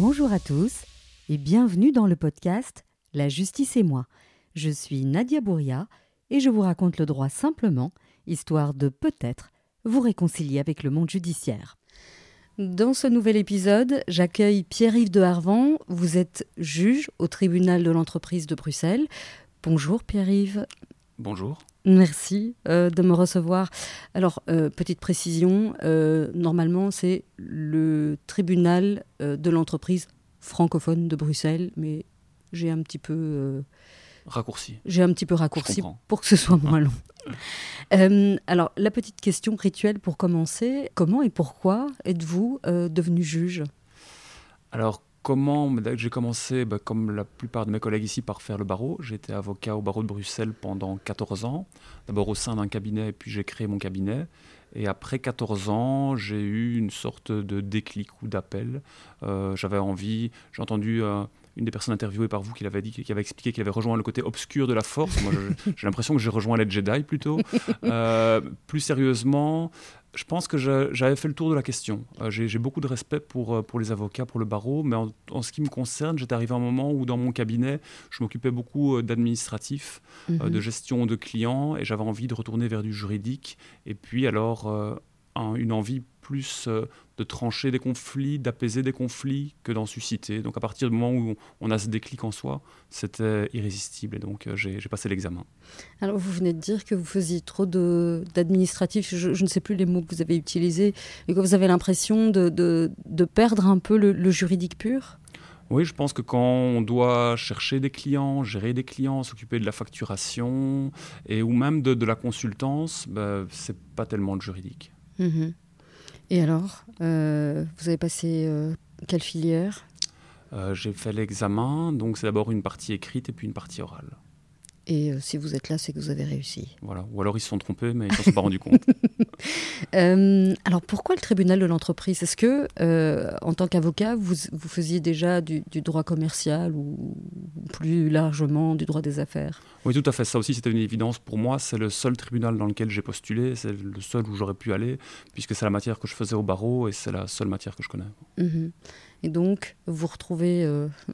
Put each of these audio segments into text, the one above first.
Bonjour à tous et bienvenue dans le podcast La justice et moi. Je suis Nadia Bouria et je vous raconte le droit simplement, histoire de peut-être vous réconcilier avec le monde judiciaire. Dans ce nouvel épisode, j'accueille Pierre-Yves de Harvan. Vous êtes juge au tribunal de l'entreprise de Bruxelles. Bonjour Pierre-Yves. Bonjour. Merci de me recevoir. Alors, petite précision, normalement c'est le tribunal de l'entreprise francophone de Bruxelles, mais j'ai un petit peu raccourci pour que ce soit moins long. Alors, la petite question rituelle pour commencer, comment et pourquoi êtes-vous devenu juge ? Alors, j'ai commencé, comme la plupart de mes collègues ici, par faire le barreau. J'ai été avocat au barreau de Bruxelles pendant 14 ans, d'abord au sein d'un cabinet, et puis j'ai créé mon cabinet. Et après 14 ans, j'ai eu une sorte de déclic ou d'appel. J'avais envie, j'ai entendu une des personnes interviewées par vous qui avait expliqué qu'il avait rejoint le côté obscur de la force. Moi, j'ai l'impression que j'ai rejoint les Jedi plutôt. Plus sérieusement, je pense que j'avais fait le tour de la question. J'ai beaucoup de respect pour les avocats, pour le barreau, mais en ce qui me concerne, j'étais arrivé à un moment où dans mon cabinet, je m'occupais beaucoup d'administratif, de gestion de clients, et j'avais envie de retourner vers du juridique. Et puis alors, une envie plus de trancher des conflits, d'apaiser des conflits que d'en susciter. Donc à partir du moment où on a ce déclic en soi, c'était irrésistible et donc j'ai passé l'examen. Alors vous venez de dire que vous faisiez trop d'administratif, je ne sais plus les mots que vous avez utilisés, et que vous avez l'impression de perdre un peu le juridique pur ? Oui, je pense que quand on doit chercher des clients, gérer des clients, s'occuper de la facturation ou même de la consultance, c'est pas tellement le juridique. Et alors, vous avez passé quelle filière ? J'ai fait l'examen, donc c'est d'abord une partie écrite et puis une partie orale. Et si vous êtes là, c'est que vous avez réussi. Voilà. Ou alors ils se sont trompés, mais ils ne s'en sont pas rendus compte. Alors pourquoi le tribunal de l'entreprise ? Est-ce que, en tant qu'avocat, vous faisiez déjà du droit commercial ou plus largement du droit des affaires ? Oui, tout à fait. Ça aussi, c'était une évidence pour moi. C'est le seul tribunal dans lequel j'ai postulé. C'est le seul où j'aurais pu aller, puisque c'est la matière que je faisais au barreau et c'est la seule matière que je connais. Et donc, vous retrouvez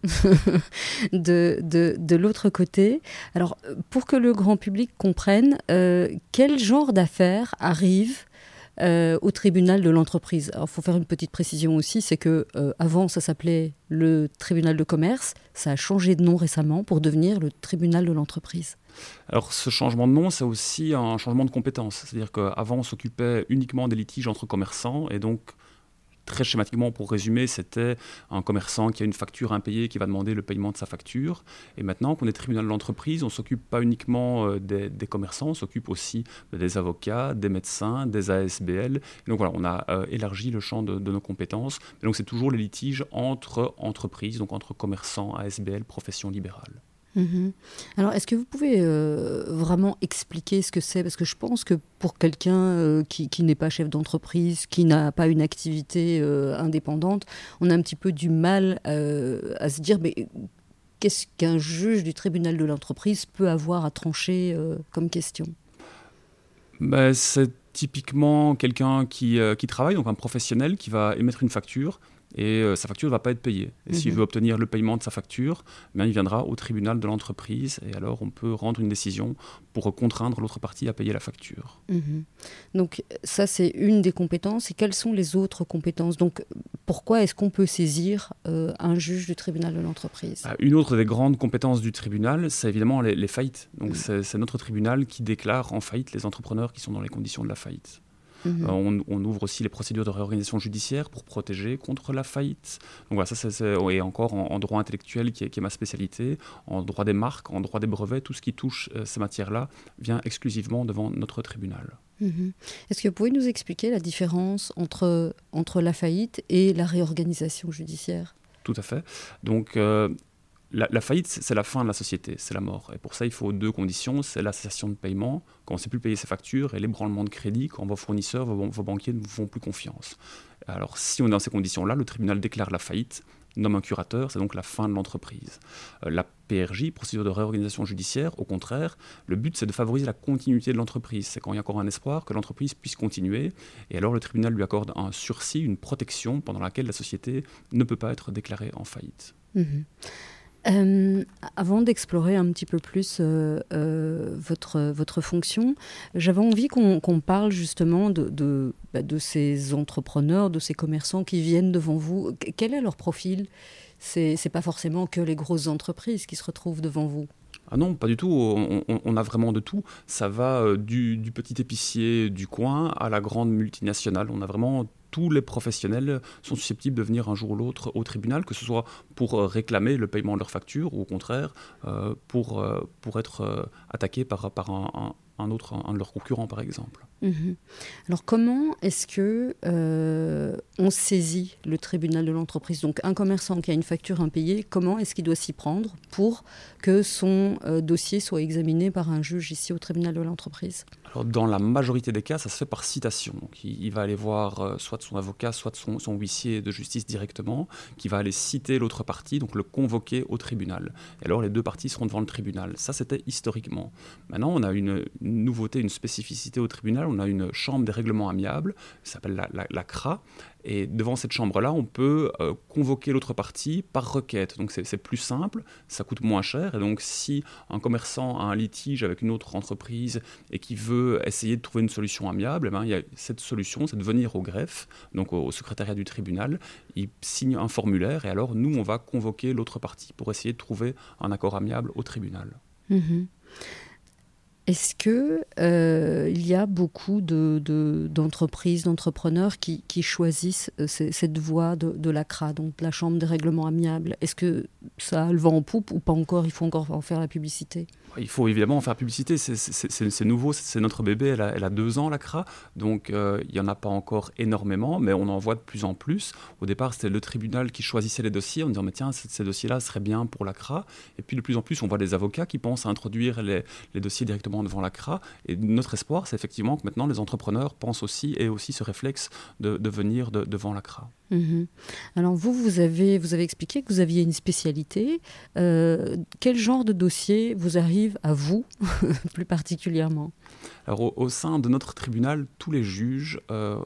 de l'autre côté. Alors, pour que le grand public comprenne, quel genre d'affaires arrive au tribunal de l'entreprise ? Alors, il faut faire une petite précision aussi, c'est que avant, ça s'appelait le tribunal de commerce. Ça a changé de nom récemment pour devenir le tribunal de l'entreprise. Alors, ce changement de nom, c'est aussi un changement de compétence. C'est-à-dire qu'avant, on s'occupait uniquement des litiges entre commerçants et donc, très schématiquement, pour résumer, c'était un commerçant qui a une facture impayée qui va demander le paiement de sa facture. Et maintenant qu'on est tribunal de l'entreprise, on ne s'occupe pas uniquement des commerçants, on s'occupe aussi des avocats, des médecins, des ASBL. Et donc voilà, on a élargi le champ de nos compétences. Et donc c'est toujours les litiges entre entreprises, donc entre commerçants, ASBL, profession libérale. Alors, est-ce que vous pouvez vraiment expliquer ce que c'est ? Parce que je pense que pour quelqu'un qui n'est pas chef d'entreprise, qui n'a pas une activité indépendante, on a un petit peu du mal à se dire mais qu'est-ce qu'un juge du tribunal de l'entreprise peut avoir à trancher comme question ? C'est typiquement quelqu'un qui travaille, donc un professionnel qui va émettre une facture. Et sa facture ne va pas être payée. Et s'il veut obtenir le paiement de sa facture, il viendra au tribunal de l'entreprise et alors on peut rendre une décision pour contraindre l'autre partie à payer la facture. Donc ça, c'est une des compétences. Et quelles sont les autres compétences ? Donc pourquoi est-ce qu'on peut saisir un juge du tribunal de l'entreprise ? Une autre des grandes compétences du tribunal, c'est évidemment les faillites. Donc c'est notre tribunal qui déclare en faillite les entrepreneurs qui sont dans les conditions de la faillite. On ouvre aussi les procédures de réorganisation judiciaire pour protéger contre la faillite. Donc voilà, et encore en droit intellectuel qui est ma spécialité, en droit des marques, en droit des brevets, tout ce qui touche ces matières-là vient exclusivement devant notre tribunal. Est-ce que vous pouvez nous expliquer la différence entre la faillite et la réorganisation judiciaire ? Tout à fait. Donc la faillite, c'est la fin de la société, c'est la mort. Et pour ça, il faut deux conditions, c'est la cessation de paiement, quand on ne sait plus payer ses factures, et l'ébranlement de crédit, quand vos fournisseurs, vos banquiers ne vous font plus confiance. Alors, si on est dans ces conditions-là, le tribunal déclare la faillite, nomme un curateur, c'est donc la fin de l'entreprise. La PRJ, procédure de réorganisation judiciaire, au contraire, le but c'est de favoriser la continuité de l'entreprise. C'est quand il y a encore un espoir que l'entreprise puisse continuer, et alors le tribunal lui accorde un sursis, une protection pendant laquelle la société ne peut pas être déclarée en faillite. Avant d'explorer un petit peu plus votre fonction, j'avais envie qu'on parle justement de ces entrepreneurs, de ces commerçants qui viennent devant vous. Quel est leur profil ? C'est pas forcément que les grosses entreprises qui se retrouvent devant vous. Ah non, pas du tout. On a vraiment de tout. Ça va du petit épicier du coin à la grande multinationale. On a vraiment tous les professionnels sont susceptibles de venir un jour ou l'autre au tribunal, que ce soit pour réclamer le paiement de leurs factures ou au contraire pour être attaqués par un de leurs concurrents, par exemple. Alors comment est-ce que on saisit le tribunal de l'entreprise ? Donc un commerçant qui a une facture impayée, comment est-ce qu'il doit s'y prendre pour que son dossier soit examiné par un juge ici au tribunal de l'entreprise ? Alors, dans la majorité des cas, ça se fait par citation. Donc, il va aller voir soit son avocat, soit son huissier de justice directement, qui va aller citer l'autre partie, donc le convoquer au tribunal. Et alors, les deux parties seront devant le tribunal. Ça, c'était historiquement. Maintenant, on a une nouveauté, une spécificité au tribunal. On a une chambre des règlements amiables, ça s'appelle la CRA. Et devant cette chambre-là, on peut convoquer l'autre partie par requête. Donc c'est plus simple, ça coûte moins cher. Et donc si un commerçant a un litige avec une autre entreprise et qui veut essayer de trouver une solution amiable, il y a cette solution, c'est de venir au greffe, donc au secrétariat du tribunal. Il signe un formulaire et alors nous, on va convoquer l'autre partie pour essayer de trouver un accord amiable au tribunal. Est-ce qu'il y a beaucoup d'entreprises, d'entrepreneurs qui choisissent cette voie de la CRA, donc la Chambre des règlements amiables ? Est-ce que ça a le vent en poupe ou pas encore ? Il faut encore en faire la publicité ? Il faut évidemment en faire publicité, c'est nouveau, c'est notre bébé, elle a 2 ans la CRA, donc il n'y en a pas encore énormément, mais on en voit de plus en plus. Au départ, c'était le tribunal qui choisissait les dossiers en disant mais tiens, ces dossiers-là seraient bien pour la CRA, et puis de plus en plus, on voit des avocats qui pensent à introduire les dossiers directement devant la CRA, et notre espoir, c'est effectivement que maintenant les entrepreneurs pensent aussi, et aussi ce réflexe de venir devant la CRA. Alors vous avez expliqué que vous aviez une spécialité. Quel genre de dossier vous arrive à vous, plus particulièrement ? Alors au sein de notre tribunal, tous les juges,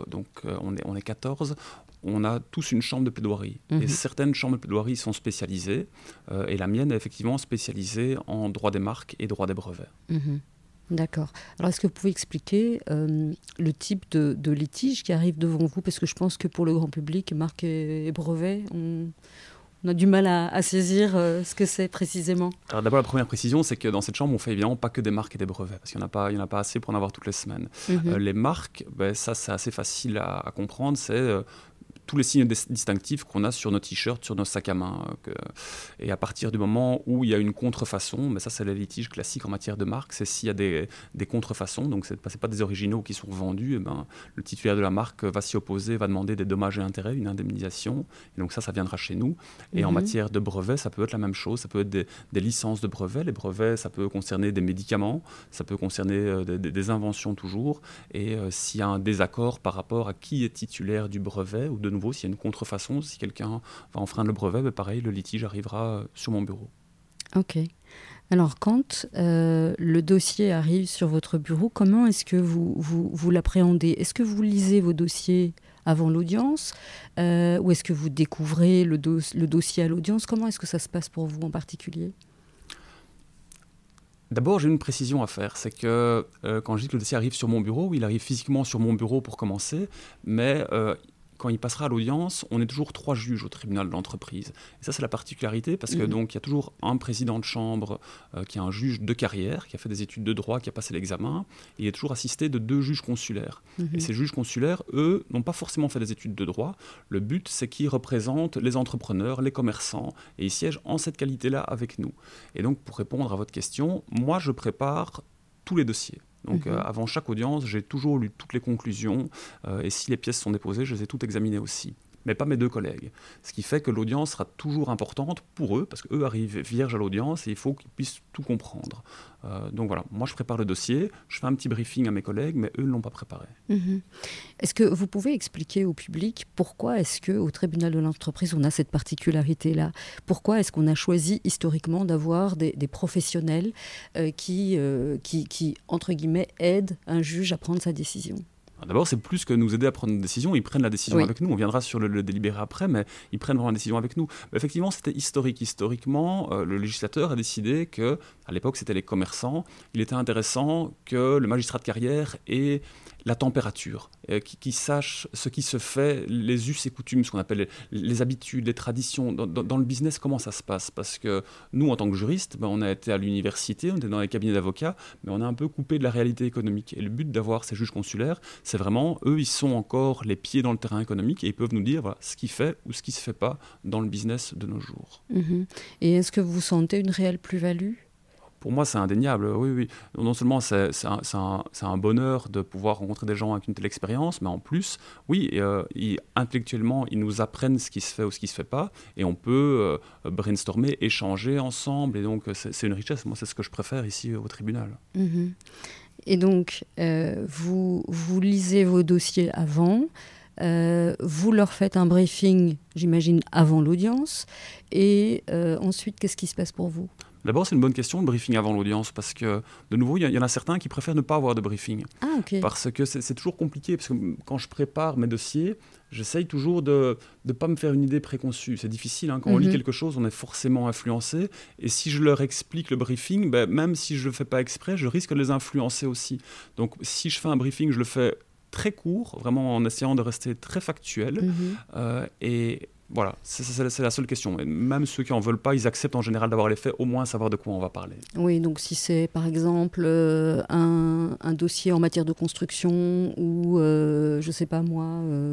on est 14, on a tous une chambre de plaidoirie. Et certaines chambres de plaidoirie sont spécialisées, et la mienne est effectivement spécialisée en droit des marques et droit des brevets. D'accord. Alors, est-ce que vous pouvez expliquer le type de litige qui arrive devant vous ? Parce que je pense que pour le grand public, marque et brevet, on a du mal à saisir ce que c'est précisément. Alors d'abord, la première précision, c'est que dans cette chambre, on fait évidemment pas que des marques et des brevets, parce qu'il n'y en a pas assez pour en avoir toutes les semaines. Les marques, ça c'est assez facile à comprendre, c'est tous les signes distinctifs qu'on a sur nos t-shirts, sur nos sacs à main. Et à partir du moment où il y a une contrefaçon, ça c'est les litiges classiques en matière de marque, c'est s'il y a des contrefaçons, donc c'est pas des originaux qui sont vendus, le titulaire de la marque va s'y opposer, va demander des dommages et intérêts, une indemnisation, et donc ça viendra chez nous. Et en matière de brevets, ça peut être la même chose, ça peut être des licences de brevets. Les brevets, ça peut concerner des médicaments, ça peut concerner des inventions toujours, et s'il y a un désaccord par rapport à qui est titulaire du brevet, ou de nouveau, s'il y a une contrefaçon, si quelqu'un va enfreindre le brevet, pareil, le litige arrivera sur mon bureau. Ok. Alors, quand le dossier arrive sur votre bureau, comment est-ce que vous l'appréhendez ? Est-ce que vous lisez vos dossiers avant l'audience ou est-ce que vous découvrez le dossier à l'audience ? Comment est-ce que ça se passe pour vous en particulier ? D'abord, j'ai une précision à faire, c'est que quand je dis que le dossier arrive sur mon bureau, il arrive physiquement sur mon bureau pour commencer, mais quand il passera à l'audience, on est toujours 3 juges au tribunal de l'entreprise. Et ça, c'est la particularité parce que donc il y a toujours un président de chambre qui est un juge de carrière, qui a fait des études de droit, qui a passé l'examen, et il est toujours assisté de 2 juges consulaires. Et ces juges consulaires, eux, n'ont pas forcément fait des études de droit. Le but, c'est qu'ils représentent les entrepreneurs, les commerçants, et ils siègent en cette qualité-là avec nous. Et donc, pour répondre à votre question, moi, je prépare tous les dossiers. Donc avant chaque audience, j'ai toujours lu toutes les conclusions et si les pièces sont déposées, je les ai toutes examinées aussi. mais pas mes 2 collègues. Ce qui fait que l'audience sera toujours importante pour eux, parce qu'eux arrivent vierges à l'audience et il faut qu'ils puissent tout comprendre. Donc voilà, moi je prépare le dossier, je fais un petit briefing à mes collègues, mais eux ne l'ont pas préparé. Est-ce que vous pouvez expliquer au public pourquoi est-ce qu'au tribunal de l'entreprise on a cette particularité-là ? Pourquoi est-ce qu'on a choisi historiquement d'avoir des professionnels qui, entre guillemets, aident un juge à prendre sa décision ? D'abord, c'est plus que nous aider à prendre une décision. Ils prennent la décision avec nous. On viendra sur le délibéré après, mais ils prennent vraiment la décision avec nous. Mais effectivement, c'était historique. Historiquement, le législateur a décidé que, à l'époque, c'était les commerçants. Il était intéressant que le magistrat de carrière ait la température, qui sache ce qui se fait, les us et coutumes, ce qu'on appelle les habitudes, les traditions. Dans le business, comment ça se passe ? Parce que nous, en tant que juristes, on a été à l'université, on était dans les cabinets d'avocats, mais on a un peu coupé de la réalité économique. Et le but d'avoir ces juges consulaires, c'est vraiment, eux, ils sont encore les pieds dans le terrain économique et ils peuvent nous dire voilà, ce qui fait ou ce qui ne se fait pas dans le business de nos jours. Et est-ce que vous sentez une réelle plus-value ? Pour moi, c'est indéniable, oui. Non seulement c'est un bonheur de pouvoir rencontrer des gens avec une telle expérience, mais en plus, oui, intellectuellement, ils nous apprennent ce qui se fait ou ce qui ne se fait pas, et on peut brainstormer, échanger ensemble, et donc c'est une richesse. Moi, c'est ce que je préfère ici au tribunal. Et donc, vous lisez vos dossiers avant, vous leur faites un briefing, j'imagine, avant l'audience, et ensuite, qu'est-ce qui se passe pour vous ? D'abord, c'est une bonne question, le briefing avant l'audience, parce que, de nouveau, il y en a certains qui préfèrent ne pas avoir de briefing. Ah, ok. Parce que c'est toujours compliqué, parce que quand je prépare mes dossiers, j'essaye toujours de ne pas me faire une idée préconçue. C'est difficile, quand on lit quelque chose, on est forcément influencé, et si je leur explique le briefing, même si je ne le fais pas exprès, je risque de les influencer aussi. Donc, si je fais un briefing, je le fais très court, vraiment en essayant de rester très factuel, et... Voilà, c'est la seule question. Et même ceux qui n'en veulent pas, ils acceptent en général d'avoir les faits, au moins savoir de quoi on va parler. Oui, donc si c'est par exemple un dossier en matière de construction ou, je ne sais pas moi,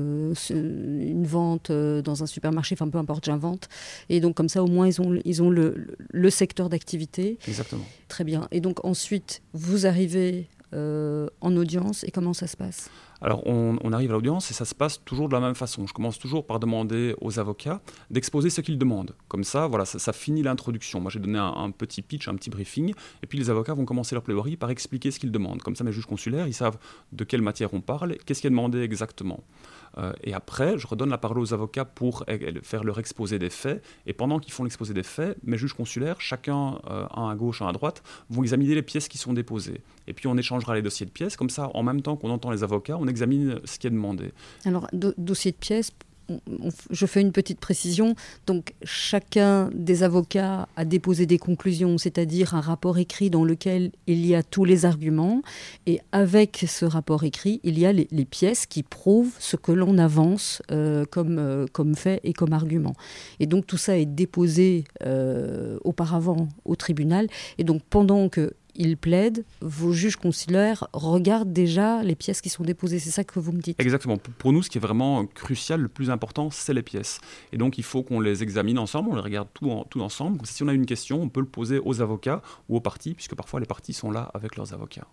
une vente dans un supermarché, enfin peu importe, j'invente. Et donc comme ça, au moins, ils ont le secteur d'activité. Exactement. Très bien. Et donc ensuite, vous arrivez en audience et comment ça se passe ? Alors, on arrive à l'audience et ça se passe toujours de la même façon. Je commence toujours par demander aux avocats d'exposer ce qu'ils demandent. Comme ça, voilà, ça finit l'introduction. Moi, j'ai donné un petit pitch, un petit briefing, et puis les avocats vont commencer leur plaidoirie par expliquer ce qu'ils demandent. Comme ça, mes juges consulaires, ils savent de quelle matière on parle, qu'est-ce qui est demandé exactement. Et après, je redonne la parole aux avocats pour faire leur exposé des faits. Et pendant qu'ils font l'exposé des faits, mes juges consulaires, chacun, un à gauche, un à droite, vont examiner les pièces qui sont déposées. Et puis on échangera les dossiers de pièces. Comme ça, en même temps qu'on entend les avocats, on examine ce qui est demandé. Alors, dossier de pièces, je fais une petite précision. Donc, chacun des avocats a déposé des conclusions, c'est-à-dire un rapport écrit dans lequel il y a tous les arguments. Et avec ce rapport écrit, il y a les pièces qui prouvent ce que l'on avance comme fait et comme argument. Et donc, tout ça est déposé auparavant au tribunal. Et donc, pendant que il plaide, vos juges consulaires regardent déjà les pièces qui sont déposées. C'est ça que vous me dites ? Exactement. Pour nous, ce qui est vraiment crucial, le plus important, c'est les pièces. Et donc, il faut qu'on les examine ensemble, on les regarde tout ensemble. Si on a une question, on peut le poser aux avocats ou aux parties, puisque parfois les parties sont là avec leurs avocats.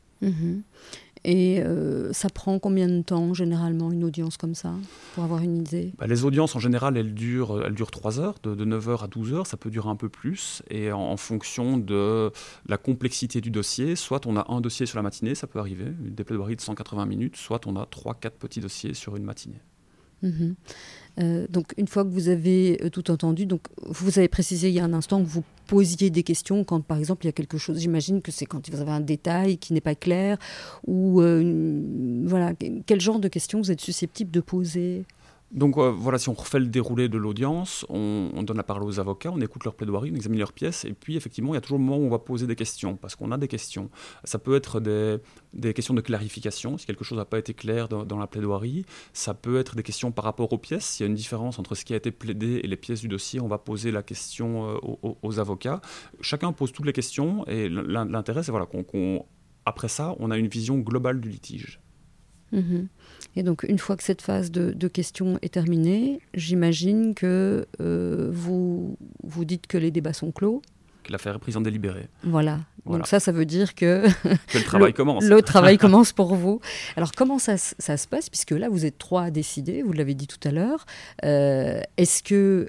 Et ça prend combien de temps, généralement, une audience comme ça, pour avoir une idée ? Les audiences, en général, elles durent 3 heures, de 9h à 12h, ça peut durer un peu plus, et en fonction de la complexité du dossier, soit on a un dossier sur la matinée, ça peut arriver, des plaidoiries de 180 minutes, soit on a 3-4 petits dossiers sur une matinée. Donc une fois que vous avez tout entendu, donc vous avez précisé il y a un instant que vous posiez des questions quand par exemple il y a quelque chose, j'imagine que c'est quand vous avez un détail qui n'est pas clair ou voilà, quel genre de questions vous êtes susceptible de poser ? Donc voilà, si on refait le déroulé de l'audience, on donne la parole aux avocats, on écoute leur plaidoirie, on examine leurs pièces, et puis effectivement, il y a toujours le moment où on va poser des questions, parce qu'on a des questions. Ça peut être des questions de clarification, si quelque chose n'a pas été clair dans la plaidoirie. Ça peut être des questions par rapport aux pièces. S'il y a une différence entre ce qui a été plaidé et les pièces du dossier, on va poser la question aux avocats. Chacun pose toutes les questions, et l'intérêt, c'est voilà, après ça, on a une vision globale du litige. Et donc, une fois que cette phase de questions est terminée, j'imagine que vous dites que les débats sont clos. que l'affaire est prise en délibéré. Voilà. Voilà. Donc ça veut dire que le travail commence. Le travail commence pour vous. Alors comment ça se passe, puisque là vous êtes 3 à décider, vous l'avez dit tout à l'heure. Est-ce que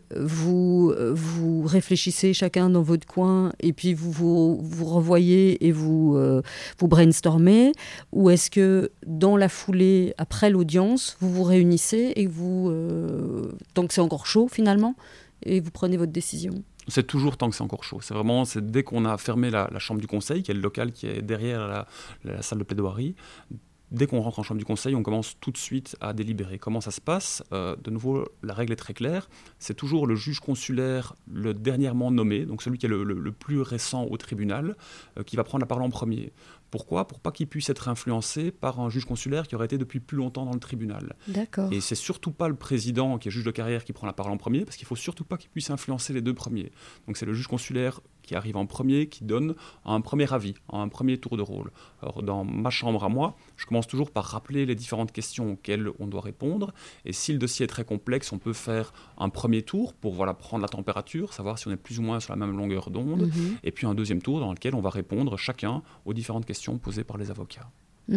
vous réfléchissez chacun dans votre coin et puis vous revoyez et vous brainstormez, ou est-ce que dans la foulée, après l'audience, vous vous réunissez et vous, tant que c'est encore chaud finalement, et vous prenez votre décision? C'est toujours tant que c'est encore chaud. C'est dès qu'on a fermé la chambre du conseil, qui est le local qui est derrière la salle de plaidoirie. Dès qu'on rentre en chambre du conseil, on commence tout de suite à délibérer. Comment ça se passe ? De nouveau, la règle est très claire. C'est toujours le juge consulaire, le dernièrement nommé, donc celui qui est le plus récent au tribunal, qui va prendre la parole en premier. Pourquoi ? Pour pas qu'il puisse être influencé par un juge consulaire qui aurait été depuis plus longtemps dans le tribunal. D'accord. Et c'est surtout pas le président, qui est juge de carrière, qui prend la parole en premier, parce qu'il faut surtout pas qu'il puisse influencer les 2 premiers. Donc c'est le juge consulaire qui arrive en premier, qui donne un premier avis, un premier tour de rôle. Alors dans ma chambre à moi, je commence toujours par rappeler les différentes questions auxquelles on doit répondre. Et si le dossier est très complexe, on peut faire un premier tour pour prendre la température, savoir si on est plus ou moins sur la même longueur d'onde. Et puis un deuxième tour dans lequel on va répondre chacun aux différentes questions posées par les avocats.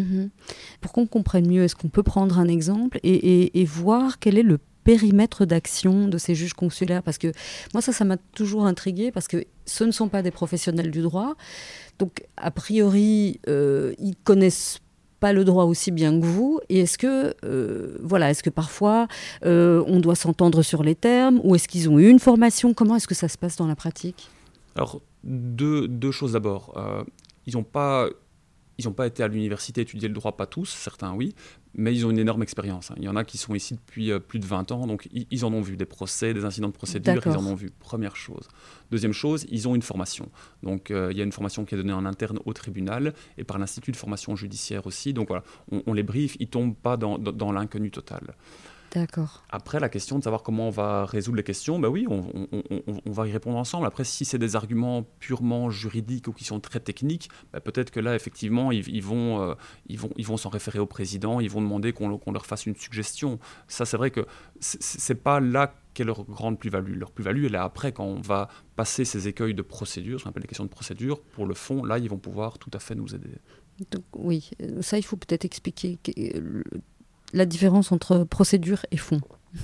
Pour qu'on comprenne mieux, est-ce qu'on peut prendre un exemple et voir quel est le périmètre d'action de ces juges consulaires? Parce que moi, ça m'a toujours intriguée, parce que ce ne sont pas des professionnels du droit. Donc, a priori, ils connaissent pas le droit aussi bien que vous. Et est-ce que parfois, on doit s'entendre sur les termes, ou est-ce qu'ils ont eu une formation? Comment est-ce que ça se passe dans la pratique? Alors, deux choses d'abord. Ils n'ont pas été à l'université étudier le droit, pas tous, certains oui, mais ils ont une énorme expérience. Il y en a qui sont ici depuis plus de 20 ans, donc ils en ont vu des procès, des incidents de procédure, D'accord. Ils en ont vu, première chose. Deuxième chose, ils ont une formation. Donc il y a une formation qui est donnée en interne au tribunal et par l'Institut de formation judiciaire aussi. Donc voilà, on les briefe, ils ne tombent pas dans l'inconnu total. D'accord. Après, la question de savoir comment on va résoudre les questions, oui, on va y répondre ensemble. Après, si c'est des arguments purement juridiques ou qui sont très techniques, peut-être que là, effectivement, ils vont s'en référer au président, ils vont demander qu'on leur fasse une suggestion. Ça, c'est vrai que c'est pas là qu'est leur grande plus-value. Leur plus-value, elle est après, quand on va passer ces écueils de procédure, ce qu'on appelle les questions de procédure. Pour le fond, là, ils vont pouvoir tout à fait nous aider. Donc, oui, ça, il faut peut-être expliquer la différence entre procédure et fond.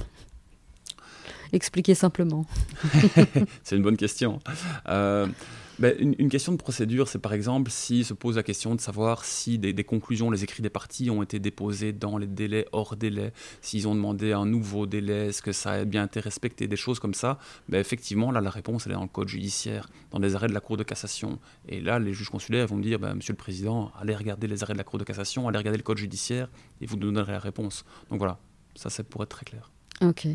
Expliquez simplement. C'est une bonne question. Une question de procédure, c'est par exemple s'il se pose la question de savoir si des conclusions, les écrits des parties ont été déposés dans les délais, hors délai, s'ils ont demandé un nouveau délai, est-ce que ça a bien été respecté, des choses comme ça. Effectivement, là, la réponse elle est dans le code judiciaire, dans les arrêts de la Cour de cassation. Et là, les juges consulaires vont me dire, Monsieur le Président, allez regarder les arrêts de la Cour de cassation, allez regarder le code judiciaire, et vous nous donnerez la réponse. Donc voilà, ça c'est pour être très clair. Ok.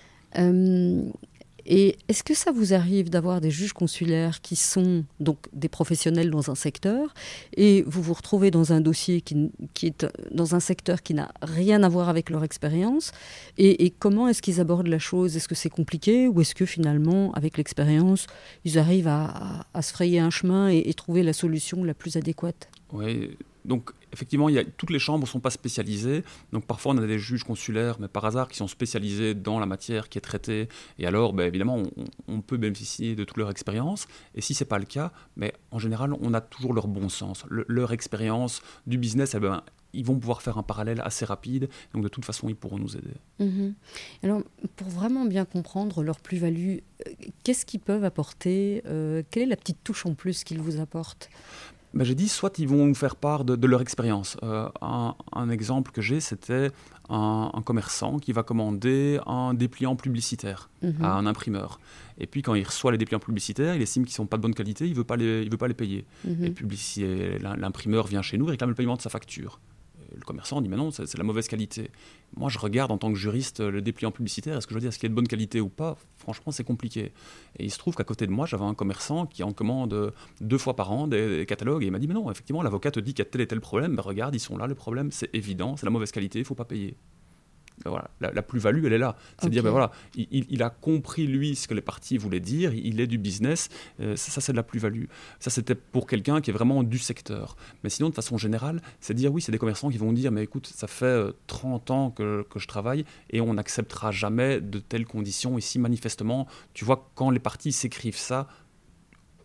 Et est-ce que ça vous arrive d'avoir des juges consulaires qui sont donc des professionnels dans un secteur, et vous vous retrouvez dans un dossier qui est dans un secteur qui n'a rien à voir avec leur expérience, et comment est-ce qu'ils abordent la chose? Est-ce que c'est compliqué, ou est-ce que finalement, avec l'expérience, ils arrivent à se frayer un chemin et trouver la solution la plus adéquate? Oui, donc effectivement, toutes les chambres ne sont pas spécialisées. Donc parfois, on a des juges consulaires, mais par hasard, qui sont spécialisés dans la matière qui est traitée. Et alors, évidemment, on peut bénéficier de toute leur expérience. Et si ce n'est pas le cas, en général, on a toujours leur bon sens, leur expérience du business. Ils vont pouvoir faire un parallèle assez rapide. Donc de toute façon, ils pourront nous aider. Alors, pour vraiment bien comprendre leur plus-value, qu'est-ce qu'ils peuvent apporter? Quelle est la petite touche en plus qu'ils vous apportent? J'ai dit, soit ils vont nous faire part de leur expérience. Un exemple que j'ai, c'était un commerçant qui va commander un dépliant publicitaire à un imprimeur. Et puis quand il reçoit les dépliants publicitaires, il estime qu'ils ne sont pas de bonne qualité, il ne veut pas les payer. Et l'imprimeur vient chez nous et réclame le paiement de sa facture. Le commerçant dit, mais non, c'est la mauvaise qualité. Moi, je regarde en tant que juriste le dépliant publicitaire. Est-ce que je veux dire, est-ce qu'il est de bonne qualité ou pas? Franchement, c'est compliqué. Et il se trouve qu'à côté de moi, j'avais un commerçant qui en commande 2 fois par an des catalogues. Et il m'a dit, mais non, effectivement, l'avocat te dit qu'il y a tel et tel problème. Regarde, ils sont là, le problème, c'est évident, c'est la mauvaise qualité, il ne faut pas payer. Voilà, la plus-value, elle est là. C'est-à-dire, il a compris, lui, ce que les parties voulaient dire, il est du business, ça, c'est de la plus-value. Ça, c'était pour quelqu'un qui est vraiment du secteur. Mais sinon, de façon générale, c'est dire, oui, c'est des commerçants qui vont dire, mais écoute, ça fait 30 ans que je travaille et on n'acceptera jamais de telles conditions. Ici, manifestement, tu vois, quand les parties s'écrivent ça,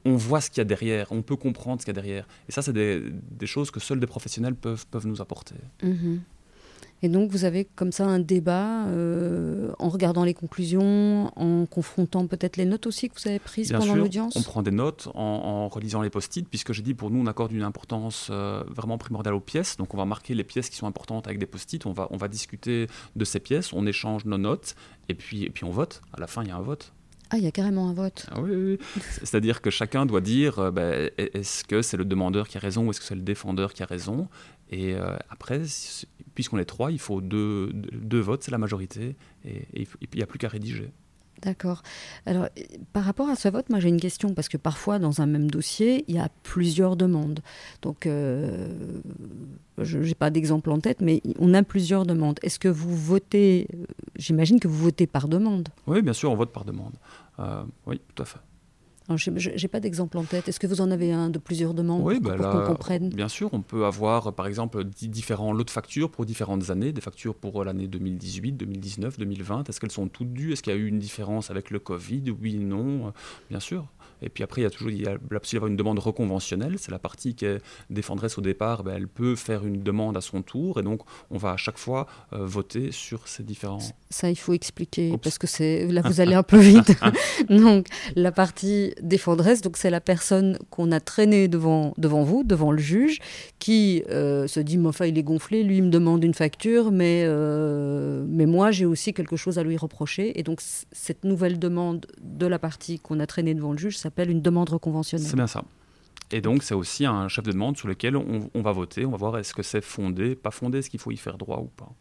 on voit ce qu'il y a derrière, on peut comprendre ce qu'il y a derrière. Et ça, c'est des choses que seuls des professionnels peuvent nous apporter. Mhm. Et donc, vous avez comme ça un débat en regardant les conclusions, en confrontant peut-être les notes aussi que vous avez prises Bien pendant sûr, l'audience. on prend des notes en relisant les post-it, puisque j'ai dit, pour nous, on accorde une importance vraiment primordiale aux pièces. Donc, on va marquer les pièces qui sont importantes avec des post-it. On va discuter de ces pièces, on échange nos notes, et puis on vote. À la fin, il y a un vote. Ah, il y a carrément un vote. Ah oui, oui, oui. C'est-à-dire que chacun doit dire est-ce que c'est le demandeur qui a raison ou est-ce que c'est le défendeur qui a raison. Et après, puisqu'on est 3, il faut deux votes, c'est la majorité, et il n'y a plus qu'à rédiger. D'accord. Alors, par rapport à ce vote, moi j'ai une question, parce que parfois dans un même dossier, il y a plusieurs demandes. Donc, je n'ai pas d'exemple en tête, mais on a plusieurs demandes. Est-ce que vous votez, j'imagine que vous votez par demande? Oui, bien sûr, on vote par demande. Oui, tout à fait. Alors, je n'ai pas d'exemple en tête. Est-ce que vous en avez un de plusieurs demandes Oui, pour là, qu'on comprenne? bien sûr, on peut avoir par exemple différents lots de factures pour différentes années, des factures pour l'année 2018, 2019, 2020. Est-ce qu'elles sont toutes dues? Est-ce qu'il y a eu une différence avec le Covid? Oui, non, bien sûr. Et puis après, il y a la possibilité d'avoir une demande reconventionnelle. C'est la partie qui est défendresse au départ. Elle peut faire une demande à son tour. Et donc, on va à chaque fois voter sur ces différents... Ça, il faut expliquer, Oups. parce que là, vous allez un peu vite. Donc, la partie défendresse, donc c'est la personne qu'on a traînée devant vous, devant le juge, qui se dit, mais enfin, il est gonflé, lui, il me demande une facture, mais moi, j'ai aussi quelque chose à lui reprocher. Et donc, cette nouvelle demande de la partie qu'on a traînée devant le juge s'appelle une demande reconventionnelle. C'est bien ça. Et donc, c'est aussi un chef de demande sur lequel on va voter. On va voir est-ce que c'est fondé, pas fondé, est-ce qu'il faut y faire droit ou pas.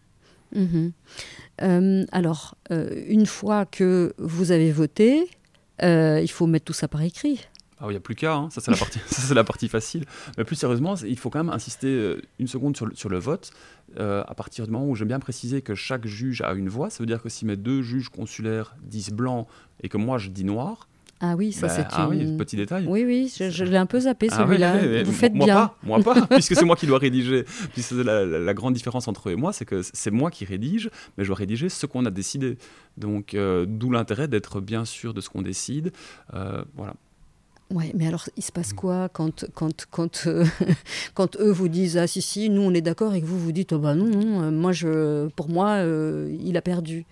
Alors, une fois que vous avez voté, il faut mettre tout ça par écrit. Ah, il n'y a plus qu'à, hein. Ça c'est la partie facile. Mais plus sérieusement, il faut quand même insister une seconde sur le vote. À partir du moment où j'aime bien préciser que chaque juge a une voix, ça veut dire que si mes 2 juges consulaires disent blanc et que moi je dis noir... Ah oui, ça c'est oui, petit détail. Oui, je l'ai un peu zappé celui-là. Oui, vous faites bien. Moi pas, puisque c'est moi qui dois rédiger. Puisque la grande différence entre eux et moi, c'est que c'est moi qui rédige, mais je dois rédiger ce qu'on a décidé. Donc, d'où l'intérêt d'être bien sûr de ce qu'on décide. Voilà. Ouais, mais alors il se passe quoi quand eux vous disent ah si nous on est d'accord et que vous dites oh, bah non pour moi il a perdu.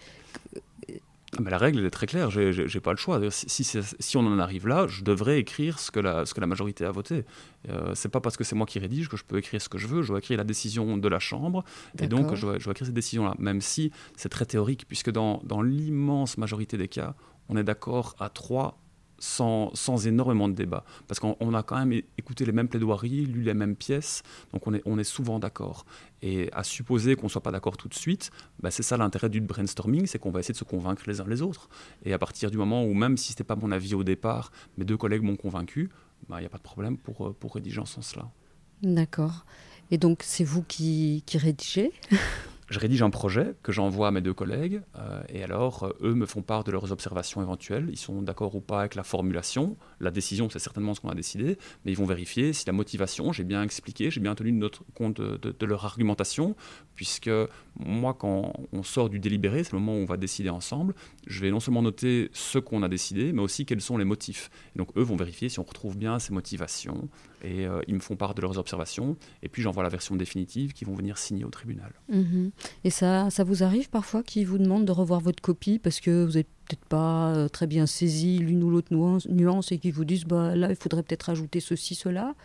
Mais la règle elle est très claire, j'ai pas le choix. Si on en arrive là, je devrais écrire ce que la majorité a voté. C'est pas parce que c'est moi qui rédige que je peux écrire ce que je veux. Je dois écrire la décision de la Chambre. D'accord. Et donc je dois écrire cette décision-là, même si c'est très théorique, puisque dans l'immense majorité des cas, on est d'accord à 3 sans énormément de débat. Parce qu'on a quand même écouté les mêmes plaidoiries, lu les mêmes pièces, donc on est souvent d'accord. Et à supposer qu'on ne soit pas d'accord tout de suite, c'est ça l'intérêt du brainstorming, c'est qu'on va essayer de se convaincre les uns les autres. Et à partir du moment où, même si ce n'était pas mon avis au départ, mes 2 collègues m'ont convaincu, il n'y a pas de problème pour rédiger en ce sens-là. D'accord. Et donc, c'est vous qui rédigez ? Je rédige un projet que j'envoie à mes 2 collègues et alors eux me font part de leurs observations éventuelles. Ils sont d'accord ou pas avec la formulation. La décision, c'est certainement ce qu'on a décidé, mais ils vont vérifier si la motivation, j'ai bien expliqué, j'ai bien tenu compte de leur argumentation, puisque moi, quand on sort du délibéré, c'est le moment où on va décider ensemble, je vais non seulement noter ce qu'on a décidé, mais aussi quels sont les motifs. Et donc eux vont vérifier si on retrouve bien ces motivations et ils me font part de leurs observations et puis j'envoie la version définitive qu'ils vont venir signer au tribunal. Mmh. Et ça vous arrive parfois qu'ils vous demandent de revoir votre copie parce que vous n'êtes peut-être pas très bien saisi l'une ou l'autre nuance et qu'ils vous disent là il faudrait peut-être ajouter ceci, cela,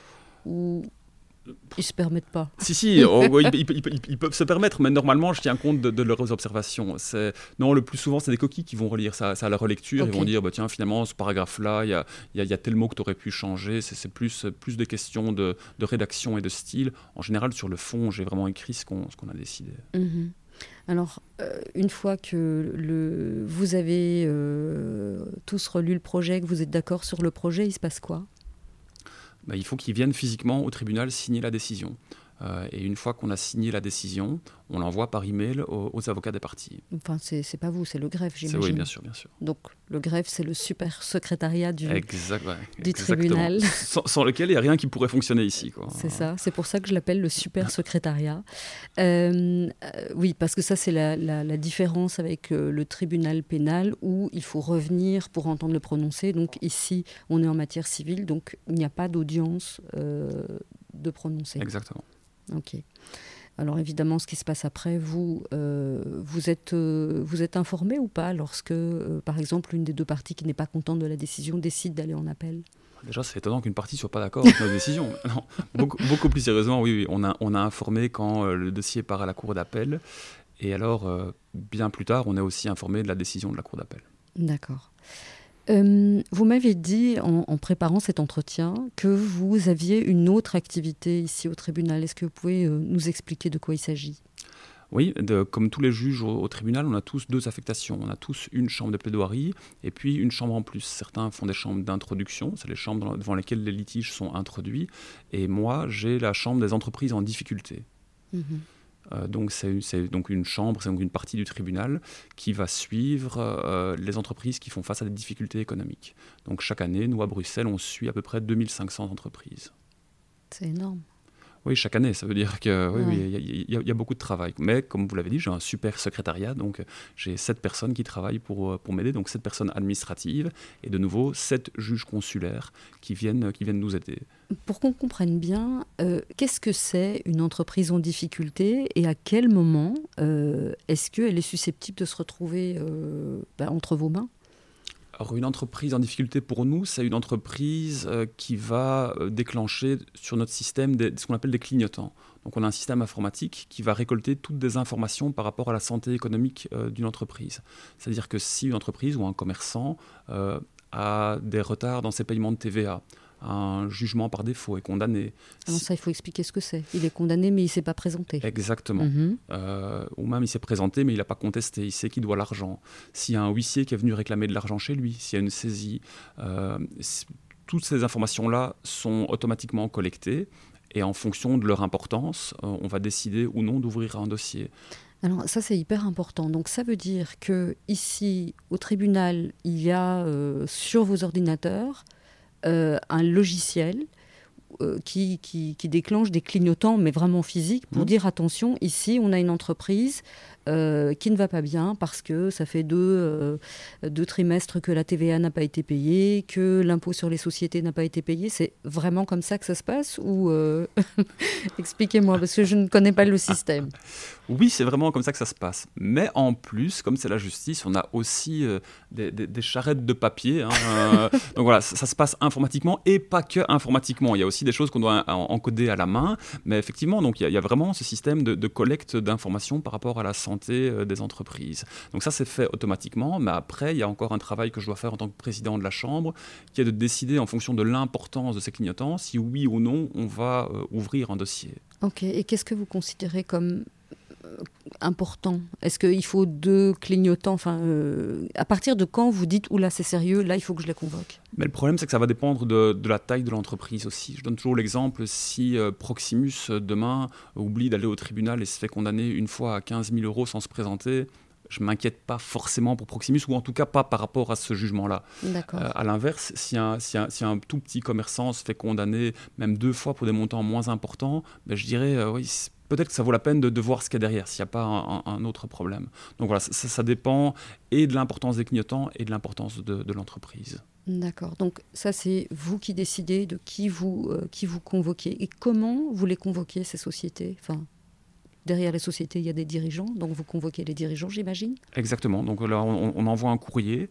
ou ils se permettent pas? Si, ils peuvent se permettre, mais normalement je tiens compte de leurs observations. Non, le plus souvent c'est des coquilles qui vont relire ça à la relecture. Okay. Ils vont dire tiens, finalement ce paragraphe-là, il y a tel mot que tu aurais pu changer. C'est plus des questions de rédaction et de style. En général, sur le fond, j'ai vraiment écrit ce qu'on a décidé. Mmh. Alors, une fois que vous avez tous relu le projet, que vous êtes d'accord sur le projet, il se passe quoi ? Il faut qu'ils viennent physiquement au tribunal signer la décision. Et une fois qu'on a signé la décision, on l'envoie par email aux avocats des parties. Enfin, c'est pas vous, c'est le greffe, j'imagine. Oui, bien sûr. Donc, le greffe, c'est le super secrétariat du exactement. tribunal. Sans lequel il n'y a rien qui pourrait fonctionner ici, quoi. C'est ça, c'est pour ça que je l'appelle le super secrétariat. Oui, parce que ça, c'est la différence avec le tribunal pénal où il faut revenir pour entendre le prononcer. Donc ici, on est en matière civile, donc il n'y a pas d'audience de prononcer. Exactement. Ok. Alors évidemment, ce qui se passe après, vous êtes informé ou pas lorsque, par exemple, l'une des deux parties qui n'est pas contente de la décision décide d'aller en appel ? Déjà, c'est étonnant qu'une partie ne soit pas d'accord avec notre décision. Non, beaucoup plus sérieusement, oui, on a informé quand le dossier part à la cour d'appel. Et alors, bien plus tard, on est aussi informé de la décision de la cour d'appel. D'accord. Vous m'avez dit, en préparant cet entretien, que vous aviez une autre activité ici au tribunal. Est-ce que vous pouvez nous expliquer de quoi il s'agit ? Oui, comme tous les juges au tribunal, on a tous 2 affectations. On a tous une chambre de plaidoirie et puis une chambre en plus. Certains font des chambres d'introduction, c'est les chambres devant lesquelles les litiges sont introduits. Et moi, j'ai la chambre des entreprises en difficulté. Donc c'est donc une chambre, c'est donc une partie du tribunal qui va suivre les entreprises qui font face à des difficultés économiques. Donc chaque année, nous à Bruxelles, on suit à peu près 2500 entreprises. C'est énorme. Oui, chaque année, ça veut dire qu'il y a beaucoup de travail. Mais comme vous l'avez dit, j'ai un super secrétariat, donc j'ai 7 personnes qui travaillent pour m'aider, donc 7 personnes administratives et de nouveau 7 juges consulaires qui viennent nous aider. Pour qu'on comprenne bien, qu'est-ce que c'est une entreprise en difficulté et à quel moment est-ce qu'elle est susceptible de se retrouver entre vos mains ? Alors une entreprise en difficulté pour nous, c'est une entreprise qui va déclencher sur notre système ce qu'on appelle des clignotants. Donc on a un système informatique qui va récolter toutes des informations par rapport à la santé économique d'une entreprise. C'est-à-dire que si une entreprise ou un commerçant a des retards dans ses paiements de TVA, un jugement par défaut est condamné. Alors ça, il faut expliquer ce que c'est. Il est condamné, mais il ne s'est pas présenté. Exactement. Ou même il s'est présenté, mais il n'a pas contesté. Il sait qu'il doit l'argent. S'il y a un huissier qui est venu réclamer de l'argent chez lui, s'il y a une saisie, toutes ces informations-là sont automatiquement collectées. Et en fonction de leur importance, on va décider ou non d'ouvrir un dossier. Alors ça, c'est hyper important. Donc ça veut dire qu'ici, au tribunal, il y a sur vos ordinateurs un logiciel qui déclenche des clignotants, mais vraiment physiques, pour dire attention, ici on a une entreprise qui ne va pas bien parce que ça fait deux trimestres que la TVA n'a pas été payée, que l'impôt sur les sociétés n'a pas été payé. C'est vraiment comme ça que ça se passe ou expliquez-moi, parce que je ne connais pas le système. Oui, c'est vraiment comme ça que ça se passe. Mais en plus, comme c'est la justice, on a aussi des charrettes de papier. Donc voilà, ça se passe informatiquement et pas que informatiquement. Il y a aussi des choses qu'on doit encoder à la main. Mais effectivement, donc, il y a vraiment ce système de collecte d'informations par rapport à la santé des entreprises. Donc ça, c'est fait automatiquement. Mais après, il y a encore un travail que je dois faire en tant que président de la Chambre, qui est de décider en fonction de l'importance de ces clignotants, si oui ou non, on va ouvrir un dossier. Ok, et qu'est-ce que vous considérez comme important? Est-ce qu'il faut 2 clignotants? À partir de quand vous dites « Oula, c'est sérieux, là, il faut que je les convoque » ? Mais le problème, c'est que ça va dépendre de la taille de l'entreprise aussi. Je donne toujours l'exemple, si Proximus, demain, oublie d'aller au tribunal et se fait condamner une fois à 15 000 € sans se présenter, je ne m'inquiète pas forcément pour Proximus, ou en tout cas pas par rapport à ce jugement-là. À l'inverse, si un tout petit commerçant se fait condamner même 2 fois pour des montants moins importants, ben je dirais oui, peut-être que ça vaut la peine de voir ce qu'il y a derrière, s'il n'y a pas un autre problème. Donc voilà, ça dépend et de l'importance des clignotants et de l'importance de l'entreprise. D'accord, donc ça c'est vous qui décidez de qui vous convoquez. Et comment vous les convoquez, ces sociétés ? Derrière les sociétés, il y a des dirigeants, donc vous convoquez les dirigeants, j'imagine ? Exactement, donc là on envoie un courrier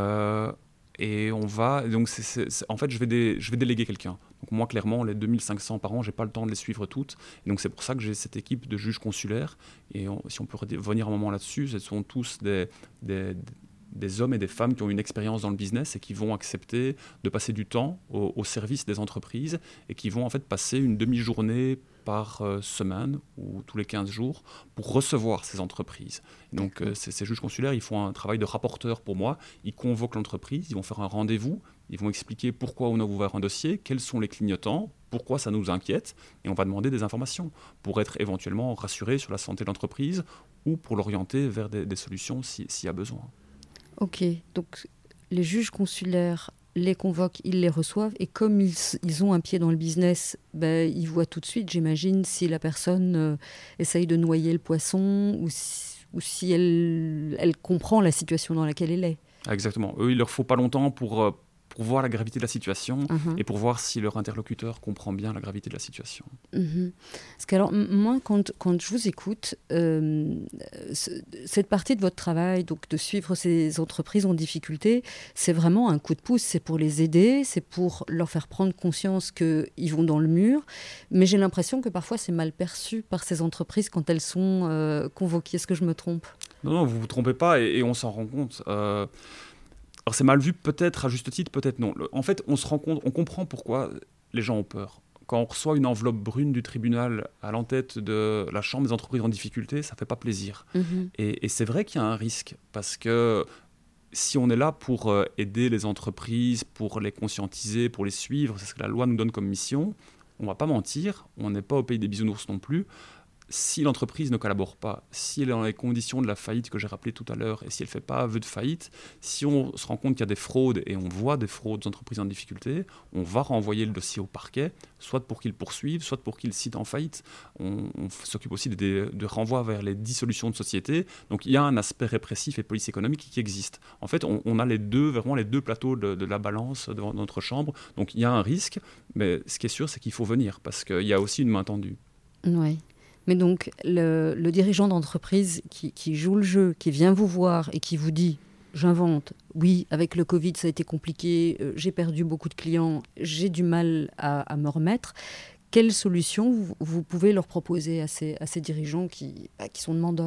et on va... Donc en fait, je vais déléguer quelqu'un. Donc moi, clairement, les 2500 par an, je n'ai pas le temps de les suivre toutes. Et donc c'est pour ça que j'ai cette équipe de juges consulaires. Et si on peut revenir un moment là-dessus, ce sont tous des des hommes et des femmes qui ont une expérience dans le business et qui vont accepter de passer du temps au service des entreprises et qui vont en fait passer une demi-journée par semaine ou tous les 15 jours pour recevoir ces entreprises. Donc ces juges consulaires, ils font un travail de rapporteur pour moi. Ils convoquent l'entreprise, ils vont faire un rendez-vous, ils vont expliquer pourquoi on a ouvert un dossier, quels sont les clignotants, pourquoi ça nous inquiète, et on va demander des informations pour être éventuellement rassuré sur la santé de l'entreprise ou pour l'orienter vers des solutions s'il y a besoin. Ok, donc les juges consulaires les convoquent, ils les reçoivent, et comme ils ont un pied dans le business, ils voient tout de suite, j'imagine, si la personne essaye de noyer le poisson ou si elle comprend la situation dans laquelle elle est. Exactement. Eux, il leur faut pas longtemps pour voir la gravité de la situation et pour voir si leur interlocuteur comprend bien la gravité de la situation. Parce que alors, moi, quand je vous écoute, cette partie de votre travail, donc de suivre ces entreprises en difficulté, c'est vraiment un coup de pouce, c'est pour les aider, c'est pour leur faire prendre conscience qu'ils vont dans le mur, mais j'ai l'impression que parfois c'est mal perçu par ces entreprises quand elles sont convoquées. Est-ce que je me trompe ? Non, vous ne vous trompez pas et on s'en rend compte. Alors c'est mal vu peut-être à juste titre, peut-être non. En fait, on se rend compte, on comprend pourquoi les gens ont peur. Quand on reçoit une enveloppe brune du tribunal à l'entête de la Chambre des entreprises en difficulté, ça ne fait pas plaisir. Et c'est vrai qu'il y a un risque, parce que si on est là pour aider les entreprises, pour les conscientiser, pour les suivre, c'est ce que la loi nous donne comme mission, on ne va pas mentir, on n'est pas au pays des bisounours non plus. Si l'entreprise ne collabore pas, si elle est dans les conditions de la faillite que j'ai rappelées tout à l'heure, et si elle ne fait pas aveu de faillite, si on se rend compte qu'il y a des fraudes et on voit des fraudes d'entreprises en difficulté, on va renvoyer le dossier au parquet, soit pour qu'il poursuive, soit pour qu'il cite en faillite. On s'occupe aussi de renvoi vers les dissolutions de sociétés. Donc il y a un aspect répressif et police économique qui existe. En fait, on a vraiment les deux plateaux de la balance devant notre chambre. Donc il y a un risque, mais ce qui est sûr, c'est qu'il faut venir, parce qu'il y a aussi une main tendue. Oui. Mais donc, le dirigeant d'entreprise qui joue le jeu, qui vient vous voir et qui vous dit « J'invente, oui, avec le Covid, ça a été compliqué, j'ai perdu beaucoup de clients, j'ai du mal à me remettre », quelle solution vous pouvez leur proposer à ces dirigeants qui sont demandeurs ?